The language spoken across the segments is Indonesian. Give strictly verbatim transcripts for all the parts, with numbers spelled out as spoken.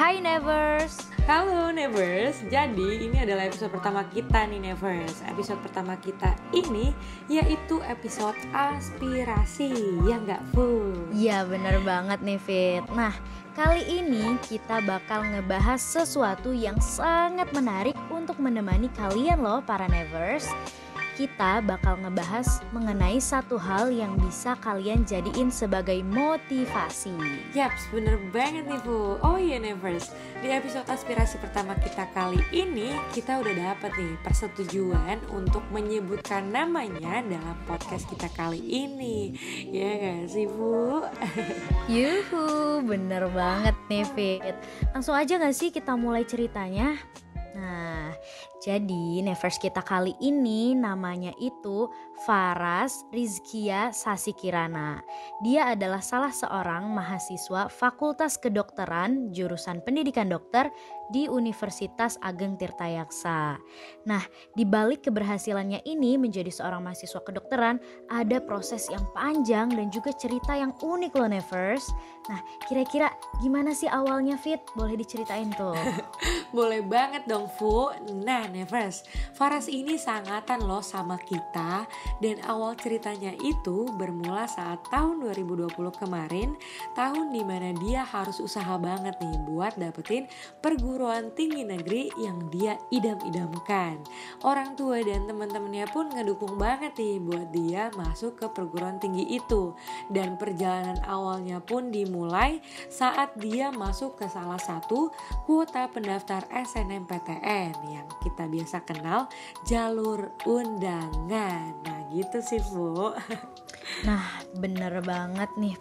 Hai Nevers. Halo Nevers, jadi ini adalah episode pertama kita nih Nevers. Episode pertama kita ini yaitu episode aspirasi, ya nggak Fu? Iya bener banget nih Fit. Nah kali ini kita bakal ngebahas sesuatu yang sangat menarik untuk menemani kalian loh para Nevers. Kita bakal ngebahas mengenai satu hal yang bisa kalian jadiin sebagai motivasi. Yaps, bener banget nih Bu. Oh iya Nevers, di episode aspirasi pertama kita kali ini kita udah dapet nih persetujuan untuk menyebutkan namanya dalam podcast kita kali ini. Ya gak sih Bu? Yuhu, bener banget nih Fit. Langsung aja gak sih kita mulai ceritanya? Nah, jadi Nevers kita kali ini namanya itu Faras Rizkia Sasikirana. Dia adalah salah seorang mahasiswa Fakultas Kedokteran jurusan Pendidikan Dokter di Universitas Ageng Tirtayaksa. Nah, di balik keberhasilannya ini menjadi seorang mahasiswa kedokteran, ada proses yang panjang dan juga cerita yang unik loh Nevers. Nah, kira-kira gimana sih awalnya Fit? Boleh diceritain tuh. Boleh banget dong Fu. Nah Nevers, Faras ini sangatan loh sama kita. Dan awal ceritanya itu bermula saat tahun dua ribu dua puluh kemarin, tahun dimana dia harus usaha banget nih buat dapetin perguruan tinggi negeri yang dia idam-idamkan. Orang tua dan teman-temannya pun ngedukung banget nih buat dia masuk ke perguruan tinggi itu. Dan perjalanan awalnya pun dimulai saat dia masuk ke salah satu kuota pendaftar S N M P T N yang kita biasa kenal jalur undangan. Nah gitu sih Bu. Nah bener banget nih.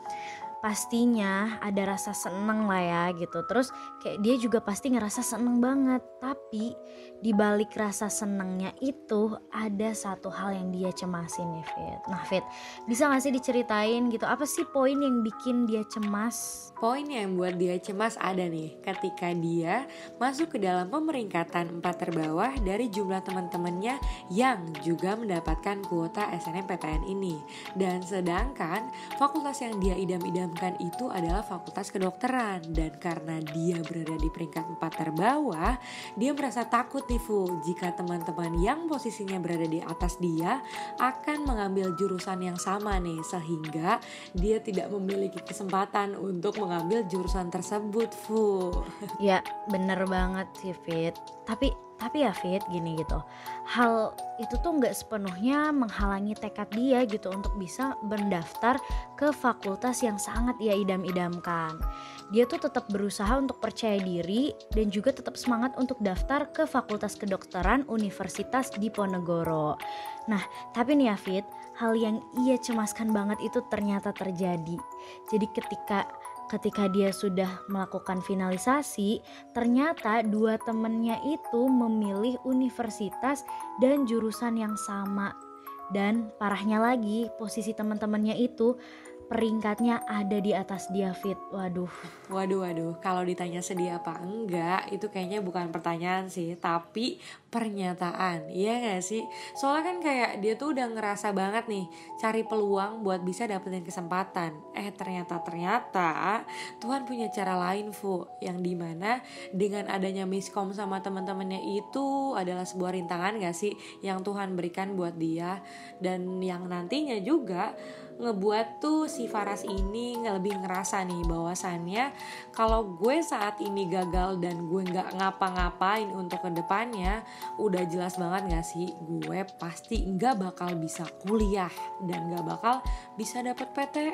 Pastinya ada rasa seneng lah ya gitu. Terus kayak dia juga pasti ngerasa seneng banget. Tapi dibalik rasa senengnya itu ada satu hal yang dia cemasin nih Fit. Nah Fit, bisa gak sih diceritain gitu apa sih poin yang bikin dia cemas? Poin yang buat dia cemas ada nih ketika dia masuk ke dalam pemeringkatan empat terbawah dari jumlah teman-temannya yang juga mendapatkan kuota S N M P T N ini. Dan sedangkan fakultas yang dia idam-idamkan itu adalah fakultas kedokteran. Dan karena dia berada di peringkat empat terbawah, dia merasa takut nih Fu jika teman-teman yang posisinya berada di atas dia akan mengambil jurusan yang sama nih, sehingga dia tidak memiliki kesempatan untuk mengambil jurusan tersebut Fu. Ya bener banget sih Fit. Tapi tapi ya Fit gini gitu, hal itu tuh gak sepenuhnya menghalangi tekad dia gitu untuk bisa mendaftar ke fakultas yang sangat ia idam-idamkan. Dia tuh tetap berusaha untuk percaya diri dan juga tetap semangat untuk daftar ke fakultas kedokteran Universitas Diponegoro. Nah tapi nih ya Fit, hal yang ia cemaskan banget itu ternyata terjadi. Jadi ketika Ketika dia sudah melakukan finalisasi, ternyata dua temennya itu memilih universitas dan jurusan yang sama. Dan parahnya lagi, posisi teman-temannya itu peringkatnya ada di atas dia Fit. Waduh. Waduh waduh, kalau ditanya sedih apa enggak, itu kayaknya bukan pertanyaan sih, tapi pernyataan. Iya gak sih? Soalnya kan kayak dia tuh udah ngerasa banget nih cari peluang buat bisa dapetin kesempatan. Eh ternyata ternyata Tuhan punya cara lain Fu, yang dimana dengan adanya miskom sama teman-temannya itu adalah sebuah rintangan gak sih yang Tuhan berikan buat dia. Dan yang nantinya juga ngebuat tuh si Faras ini lebih ngerasa nih bahwasannya kalau gue saat ini gagal dan gue gak ngapa-ngapain untuk kedepannya, udah jelas banget gak sih gue pasti gak bakal bisa kuliah dan gak bakal bisa dapet P T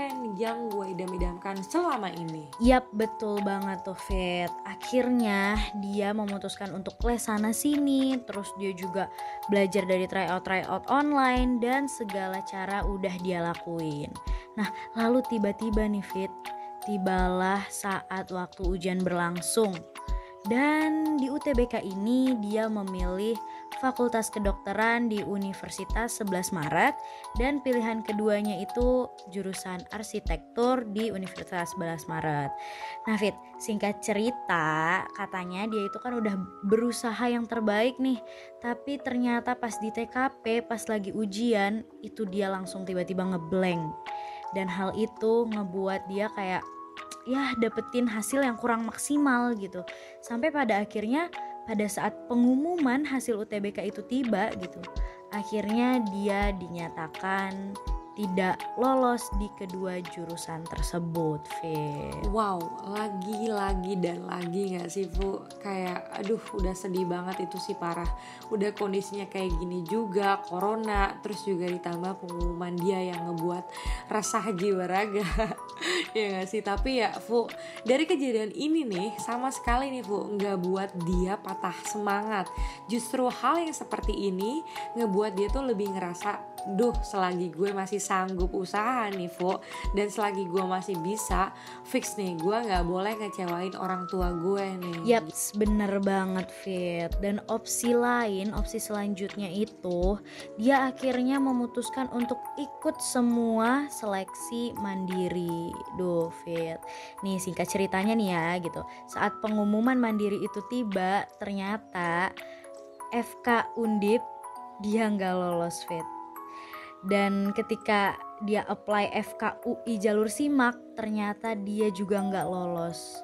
N yang gue idam-idamkan selama ini. Yap betul banget tuh Fit. Akhirnya dia memutuskan untuk les sana sini, terus dia juga belajar dari tryout tryout online dan segala cara udah dia lakuin. Nah lalu tiba-tiba nih Fit, tibalah saat waktu ujian berlangsung. Dan di U T B K ini dia memilih Fakultas Kedokteran di Universitas sebelas Maret dan pilihan keduanya itu jurusan Arsitektur di Universitas sebelas Maret. Nah Fit, singkat cerita katanya dia itu kan udah berusaha yang terbaik nih, tapi ternyata pas di T K P pas lagi ujian itu dia langsung tiba-tiba ngeblank. Dan hal itu ngebuat dia kayak ya dapetin hasil yang kurang maksimal gitu. Sampai pada akhirnya pada saat pengumuman hasil U T B K itu tiba gitu, akhirnya dia dinyatakan tidak lolos di kedua jurusan tersebut, Fit. Wow, lagi-lagi dan lagi gak sih Bu? Kayak aduh udah sedih banget itu sih, parah. Udah kondisinya kayak gini juga, corona, terus juga ditambah pengumuman dia yang ngebuat resah jiwa raga. Ya gak sih? Tapi ya Bu, dari kejadian ini nih sama sekali nih Bu gak buat dia patah semangat. Justru hal yang seperti ini ngebuat dia tuh lebih ngerasa, duh selagi gue masih sanggup usaha nih Vo, dan selagi gue masih bisa, fix nih gue gak boleh ngecewain orang tua gue nih. Yaps, bener banget Fit. Dan opsi lain, opsi selanjutnya itu dia akhirnya memutuskan untuk ikut semua seleksi mandiri. Duh Fit, nih singkat ceritanya nih ya gitu, saat pengumuman mandiri itu tiba, ternyata F K Undip dia gak lolos Fit. Dan ketika dia apply F K U I jalur simak, ternyata dia juga nggak lolos.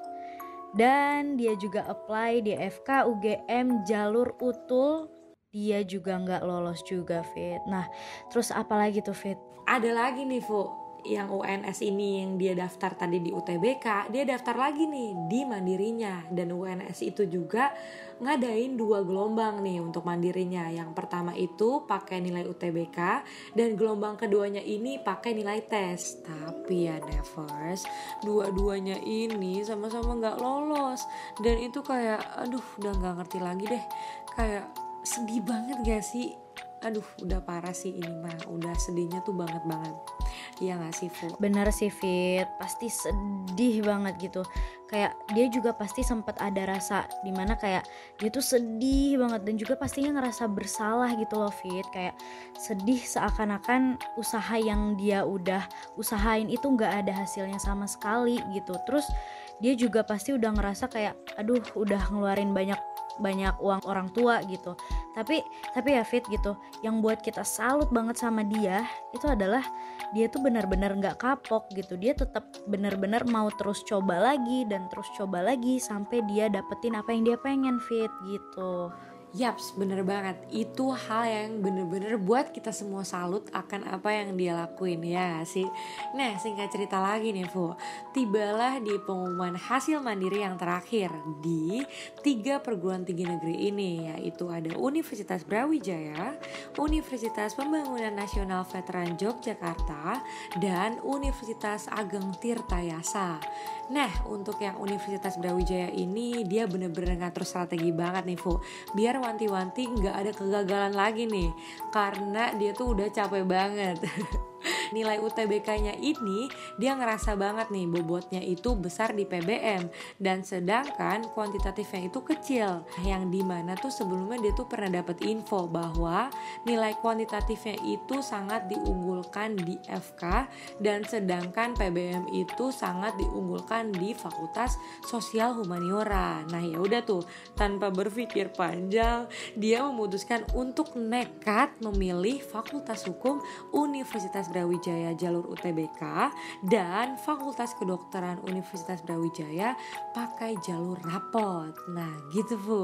Dan dia juga apply di F K U G M jalur utul, dia juga nggak lolos juga Fit. Nah terus apa lagi tuh Fit? Ada lagi nih Fu, yang U N S ini yang dia daftar tadi di U T B K, dia daftar lagi nih di mandirinya. Dan U N S itu juga ngadain dua gelombang nih untuk mandirinya. Yang pertama itu pakai nilai U T B K, dan gelombang keduanya ini pakai nilai tes. Tapi ya Nevers, dua-duanya ini sama-sama gak lolos. Dan itu kayak aduh udah gak ngerti lagi deh, kayak sedih banget gak sih? Aduh udah parah sih ini mah, udah sedihnya tuh banget banget. Iya gak sih Fu? Bener sih Fit, pasti sedih banget gitu. Kayak dia juga pasti sempat ada rasa dimana kayak dia tuh sedih banget, dan juga pastinya ngerasa bersalah gitu loh Fit. Kayak sedih seakan-akan usaha yang dia udah usahain itu gak ada hasilnya sama sekali gitu. Terus dia juga pasti udah ngerasa kayak aduh udah ngeluarin banyak banyak uang orang tua gitu. Tapi tapi ya Fit gitu, yang buat kita salut banget sama dia itu adalah dia tuh benar-benar nggak kapok gitu. Dia tetap benar-benar mau terus coba lagi dan terus coba lagi sampai dia dapetin apa yang dia pengen Fit gitu. Yaps, bener banget. Itu hal yang bener-bener buat kita semua salut akan apa yang dia lakuin, ya gak sih? Nah, singkat cerita lagi nih Fu, tibalah di pengumuman hasil mandiri yang terakhir di tiga perguruan tinggi negeri ini, yaitu ada Universitas Brawijaya, Universitas Pembangunan Nasional Veteran Yogyakarta, dan Universitas Ageng Tirtayasa. Nah, untuk yang Universitas Brawijaya ini dia bener-bener ngatur strategi banget nih Fu, biar wanti-wanti gak ada kegagalan lagi nih, karena dia tuh udah capek banget. Nilai U T B K-nya ini dia ngerasa banget nih bobotnya itu besar di P B M, dan sedangkan kuantitatifnya itu kecil, yang dimana tuh sebelumnya dia tuh pernah dapat info bahwa nilai kuantitatifnya itu sangat diunggulkan di F K, dan sedangkan P B M itu sangat diunggulkan di Fakultas Sosial Humaniora. Nah ya udah tuh, tanpa berpikir panjang dia memutuskan untuk nekat memilih Fakultas Hukum Universitas Brawijaya jalur U T B K, dan Fakultas Kedokteran Universitas Brawijaya pakai jalur rapot. Nah gitu Bu.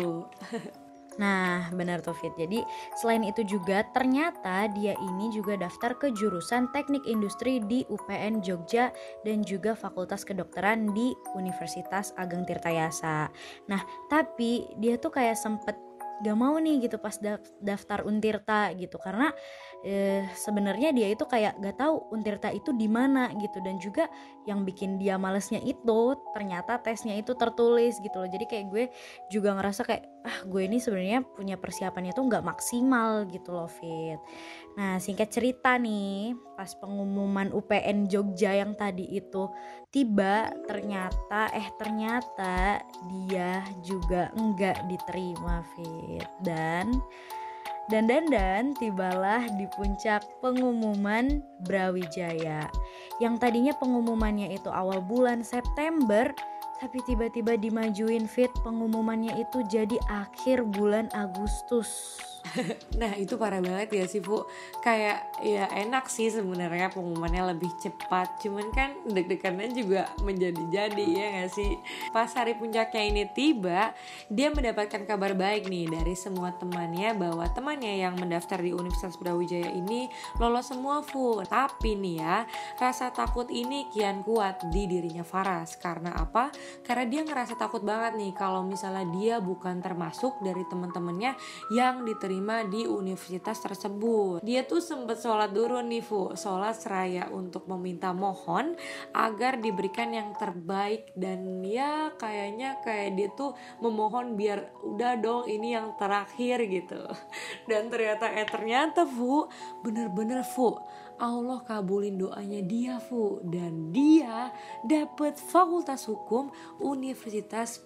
Nah benar tuh Fit. Jadi selain itu juga ternyata dia ini juga daftar ke jurusan Teknik Industri di U P N Jogja dan juga Fakultas Kedokteran di Universitas Ageng Tirtayasa. Nah tapi dia tuh kayak sempet gak mau nih gitu pas daftar Untirta gitu, karena eh, sebenarnya dia itu kayak gak tahu Untirta itu di mana gitu, dan juga yang bikin dia malesnya itu ternyata tesnya itu tertulis gitu loh. Jadi kayak gue juga ngerasa kayak ah gue ini sebenarnya punya persiapannya tuh nggak maksimal gitu loh Fit. Nah singkat cerita nih, pas pengumuman U P N Jogja yang tadi itu tiba, ternyata eh ternyata dia juga enggak diterima Fit. Dan dan dan dan tibalah di puncak pengumuman Brawijaya, yang tadinya pengumumannya itu awal bulan September, Tapi tiba-tiba dimajuin Fit, pengumumannya itu jadi akhir bulan Agustus. Nah itu parah banget ya sih Bu. Kayak ya enak sih sebenarnya pengumumannya lebih cepat, cuman kan deg-degannya juga menjadi-jadi ya gak sih. Pas hari puncaknya ini tiba, dia mendapatkan kabar baik nih dari semua temannya bahwa temannya yang mendaftar di Universitas Brawijaya ini lolos semua Bu. Tapi nih ya, rasa takut ini kian kuat di dirinya Faras. Karena apa? Karena dia ngerasa takut banget nih kalau misalnya dia bukan termasuk dari teman-temannya yang diterima di universitas tersebut. Dia tuh sempet sholat dulu nih Fu, sholat seraya untuk meminta mohon agar diberikan yang terbaik. Dan ya kayaknya kayak dia tuh memohon biar udah dong ini yang terakhir gitu. Dan ternyata eh ternyata Fu, bener-bener Fu, Allah kabulin doanya dia Fu, dan dia dapet Fakultas Hukum Universitas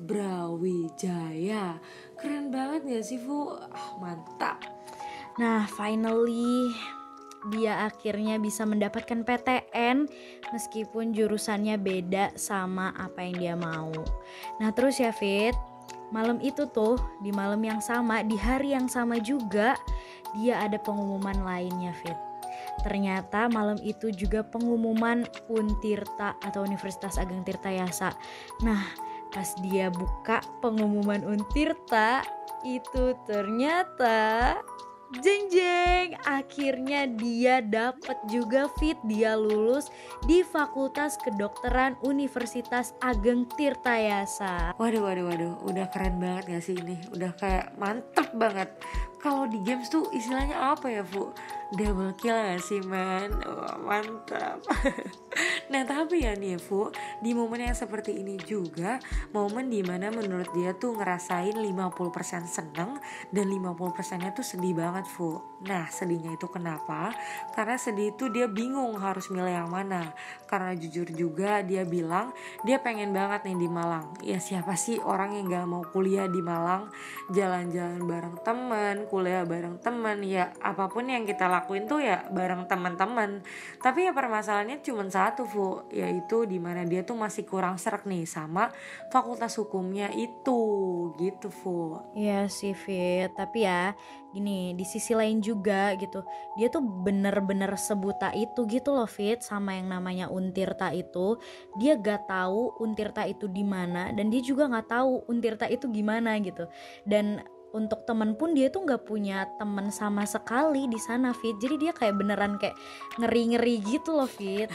Brawijaya. Keren banget gak sih Fu? Ah, mantap. Nah finally dia akhirnya bisa mendapatkan P T N meskipun jurusannya beda sama apa yang dia mau. Nah terus ya Fit, malam itu tuh, di malam yang sama, di hari yang sama juga dia ada pengumuman lainnya Fit. Ternyata malam itu juga pengumuman Untirta atau Universitas Ageng Tirtayasa. Nah pas dia buka pengumuman Untirta itu ternyata jeng jeng, akhirnya dia dapet juga Fit, dia lulus di Fakultas Kedokteran Universitas Ageng Tirtayasa. Waduh waduh waduh, udah keren banget gak sih ini? Udah kayak mantep banget. Kalau di games tuh istilahnya apa ya Bu? Double kill gak sih man? Wah, mantap. Nah tapi ya nih Bu, di momen yang seperti ini juga momen dimana menurut dia tuh ngerasain lima puluh persen seneng dan lima puluh persennya tuh sedih banget Bu. Nah sedihnya itu kenapa? Karena sedih itu dia bingung harus milih yang mana. Karena jujur juga dia bilang dia pengen banget nih di Malang. Ya siapa sih orang yang gak mau kuliah di Malang? Jalan-jalan bareng temen, kuliah bareng temen, ya apapun yang kita lakuin tuh ya bareng teman-teman. Tapi ya permasalahannya cuma satu Bu, yaitu dimana dia tuh masih kurang srek nih sama fakultas hukumnya itu gitu Bu. Iya sih Fit, tapi ya gini, di sisi lain juga gitu, dia tuh bener-bener sebuta itu gitu loh Fit sama yang namanya Untirta itu. Dia gak tahu Untirta itu di mana dan dia juga gak tahu Untirta itu gimana gitu. Dan untuk temen pun dia tuh nggak punya temen sama sekali di sana Fit, jadi dia kayak beneran kayak ngeri-ngeri gitu loh Fit.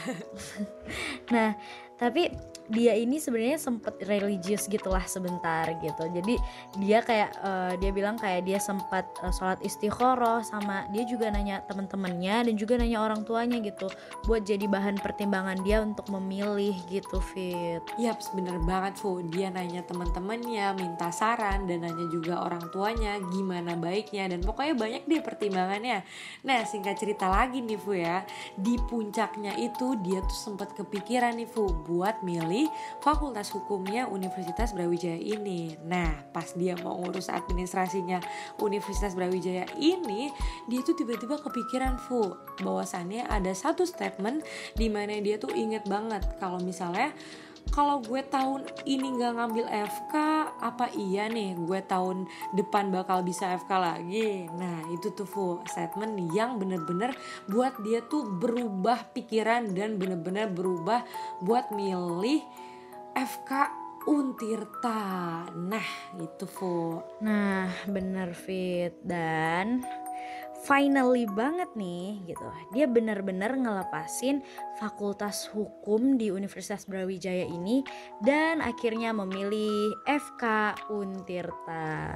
Nah tapi dia ini sebenarnya sempet religius gitulah sebentar gitu, jadi dia kayak uh, dia bilang kayak dia sempat uh, sholat istikharah, sama dia juga nanya teman-temannya dan juga nanya orang tuanya gitu buat jadi bahan pertimbangan dia untuk memilih gitu Fit. Yaps, bener banget Fu, dia nanya teman-temannya, minta saran dan nanya juga orang tuanya gimana baiknya, dan pokoknya banyak deh pertimbangannya. Nah singkat cerita lagi nih Fu ya, di puncaknya itu dia tuh sempat kepikiran nih Fu buat milih Fakultas Hukumnya Universitas Brawijaya ini. Nah pas dia mau ngurus administrasinya Universitas Brawijaya ini, dia tuh tiba-tiba kepikiran Fu bahwasannya ada satu statement di mana dia tuh inget banget kalau misalnya kalau gue tahun ini gak ngambil F K, apa iya nih gue tahun depan bakal bisa F K lagi. Nah itu tuh Fu, statement yang bener-bener buat dia tuh berubah pikiran dan bener-bener berubah buat milih F K Untirta. Nah itu Fu. Nah bener Fit, dan finally banget nih gitu, dia benar-benar ngelepasin Fakultas Hukum di Universitas Brawijaya ini dan akhirnya memilih F K Untirta.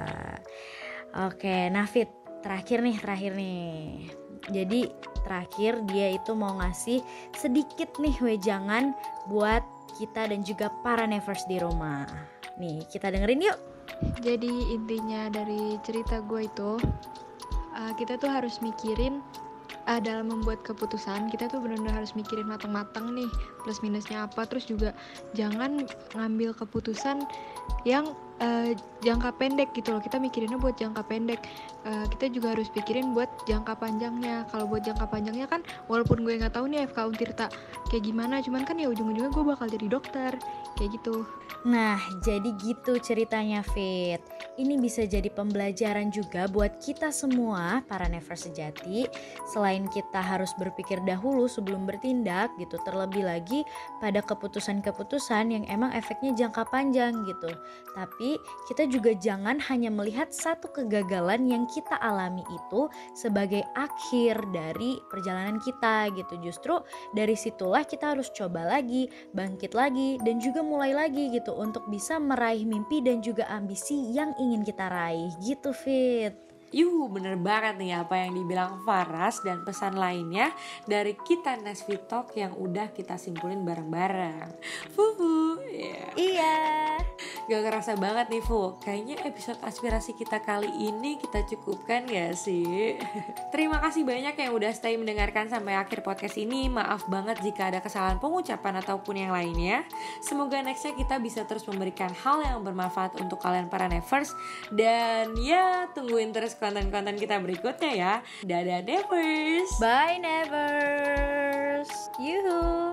Oke, nah Fit, terakhir nih, terakhir nih. Jadi terakhir dia itu mau ngasih sedikit nih wejangan buat kita dan juga para nevers di rumah. Nih, kita dengerin yuk. Jadi intinya dari cerita gue itu, uh, kita tuh harus mikirin uh, dalam membuat keputusan kita tuh benar-benar harus mikirin matang-matang nih plus minusnya apa, terus juga jangan ngambil keputusan yang uh, jangka pendek gitu loh. Kita mikirinnya buat jangka pendek, uh, kita juga harus pikirin buat jangka panjangnya. Kalau buat jangka panjangnya kan walaupun gue nggak tahu nih F K Untirta kayak gimana, cuman kan ya ujung-ujungnya gue bakal jadi dokter kayak gitu. Nah, jadi gitu ceritanya Fit. Ini bisa jadi pembelajaran juga buat kita semua, para never sejati. Selain kita harus berpikir dahulu sebelum bertindak gitu, terlebih lagi pada keputusan-keputusan yang emang efeknya jangka panjang gitu. Tapi kita juga jangan hanya melihat satu kegagalan yang kita alami itu sebagai akhir dari perjalanan kita gitu. Justru dari situlah kita harus coba lagi, bangkit lagi, dan juga mulai lagi gitu untuk bisa meraih mimpi dan juga ambisi yang ingin kita raih gitu Fit. Yuh, bener banget nih apa yang dibilang Faras dan pesan lainnya dari kita Nesvi Talk yang udah kita simpulin bareng-bareng. Fuhu, yeah. Iya. Gak kerasa banget nih Fu, kayaknya episode aspirasi kita kali ini kita cukupkan gak sih? Terima kasih banyak yang udah stay mendengarkan sampai akhir podcast ini. Maaf banget jika ada kesalahan pengucapan ataupun yang lainnya. Semoga nextnya kita bisa terus memberikan hal yang bermanfaat untuk kalian para nevers. Dan ya, tungguin terus konten-konten kita berikutnya ya. Dadah nevers. Bye nevers. Yuhu.